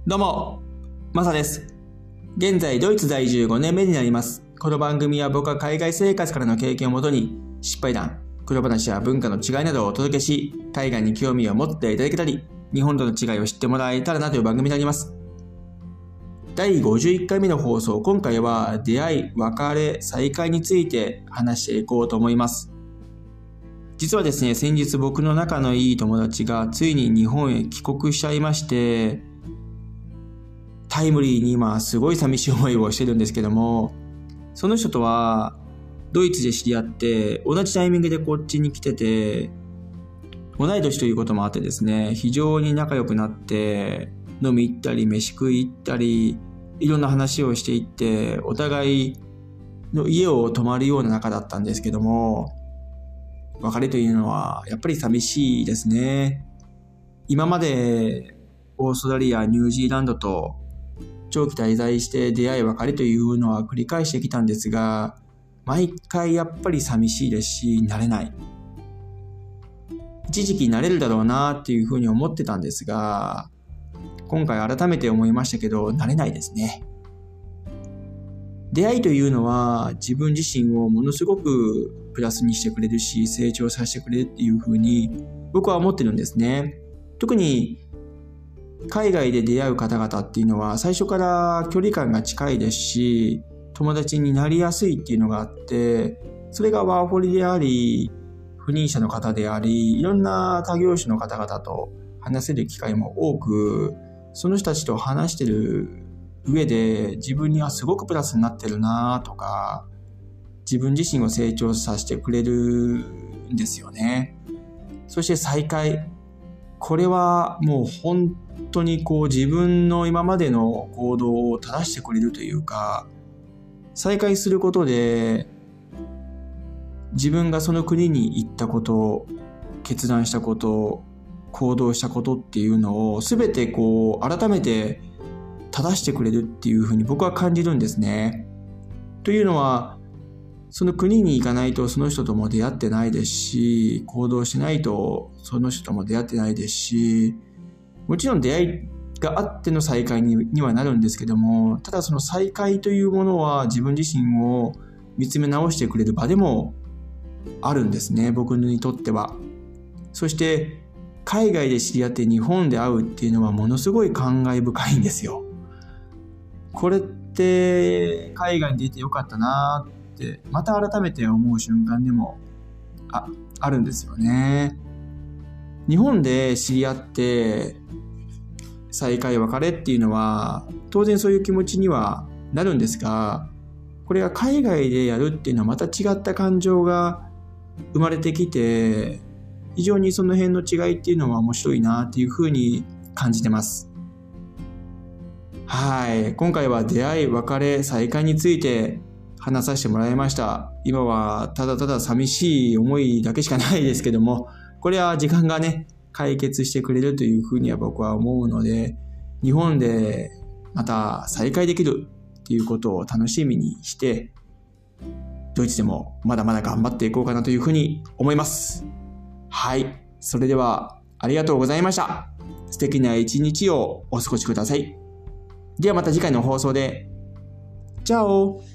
どうも、マサです。現在ドイツ在住5年目になります。この番組は僕は海外生活からの経験をもとに失敗談、黒話や文化の違いなどをお届けし、海外に興味を持っていただけたり、日本との違いを知ってもらえたらなという番組になります。第51回目の放送、今回は出会い、別れ、再会について話していこうと思います。実はですね、先日僕の仲のいい友達がついに日本へ帰国しちゃいまして、タイムリーに今すごい寂しい思いをしてるんですけども、その人とはドイツで知り合って同じタイミングでこっちに来てて、同い年ということもあってですね、非常に仲良くなって飲み行ったり飯食い行ったりいろんな話をしていって、お互いの家を泊まるような仲だったんですけども、別れというのはやっぱり寂しいですね。今までオーストラリア、ニュージーランドと長期滞在して出会い別れというのは繰り返してきたんですが、毎回やっぱり寂しいですし、慣れない。一時期慣れるだろうなっていうふうに思ってたんですが、今回改めて思いましたけど、慣れないですね。出会いというのは自分自身をものすごくプラスにしてくれるし、成長させてくれるっていうふうに僕は思ってるんですね。特に海外で出会う方々っていうのは最初から距離感が近いですし、友達になりやすいっていうのがあって、それがワーホリであり、不妊者の方であり、いろんな他業種の方々と話せる機会も多く、その人たちと話してる上で自分にはすごくプラスになってるなとか、自分自身を成長させてくれるんですよね。そして再会。これはもう本当に自分の今までの行動を正してくれるというか、再会することで自分がその国に行ったこと、決断したこと、行動したことっていうのを全て改めて正してくれるっていうふうに僕は感じるんですね。というのは、その国に行かないとその人とも出会ってないですし、行動しないとその人とも出会ってないですし、もちろん出会いがあっての再会にはなるんですけども、ただその再会というものは自分自身を見つめ直してくれる場でもあるんですね、僕にとっては。そして海外で知り合って日本で会うっていうのはものすごい感慨深いんですよ。これって海外に出てよかったなってまた改めて思う瞬間でもあるんですよね。日本で知り合って再会別れっていうのは当然そういう気持ちにはなるんですが、これが海外でやるっていうのはまた違った感情が生まれてきて、非常にその辺の違いっていうのは面白いなっていうふうに感じてます。はい、今回は出会い別れ再会について話させてもらいました。今はただただ寂しい思いだけしかないですけども、これは時間がね解決してくれるというふうには僕は思うので、日本でまた再会できるっていうことを楽しみにして、ドイツでもまだまだ頑張っていこうかなというふうに思います。はい、それではありがとうございました。素敵な一日をお過ごしください。ではまた次回の放送で。チャオ。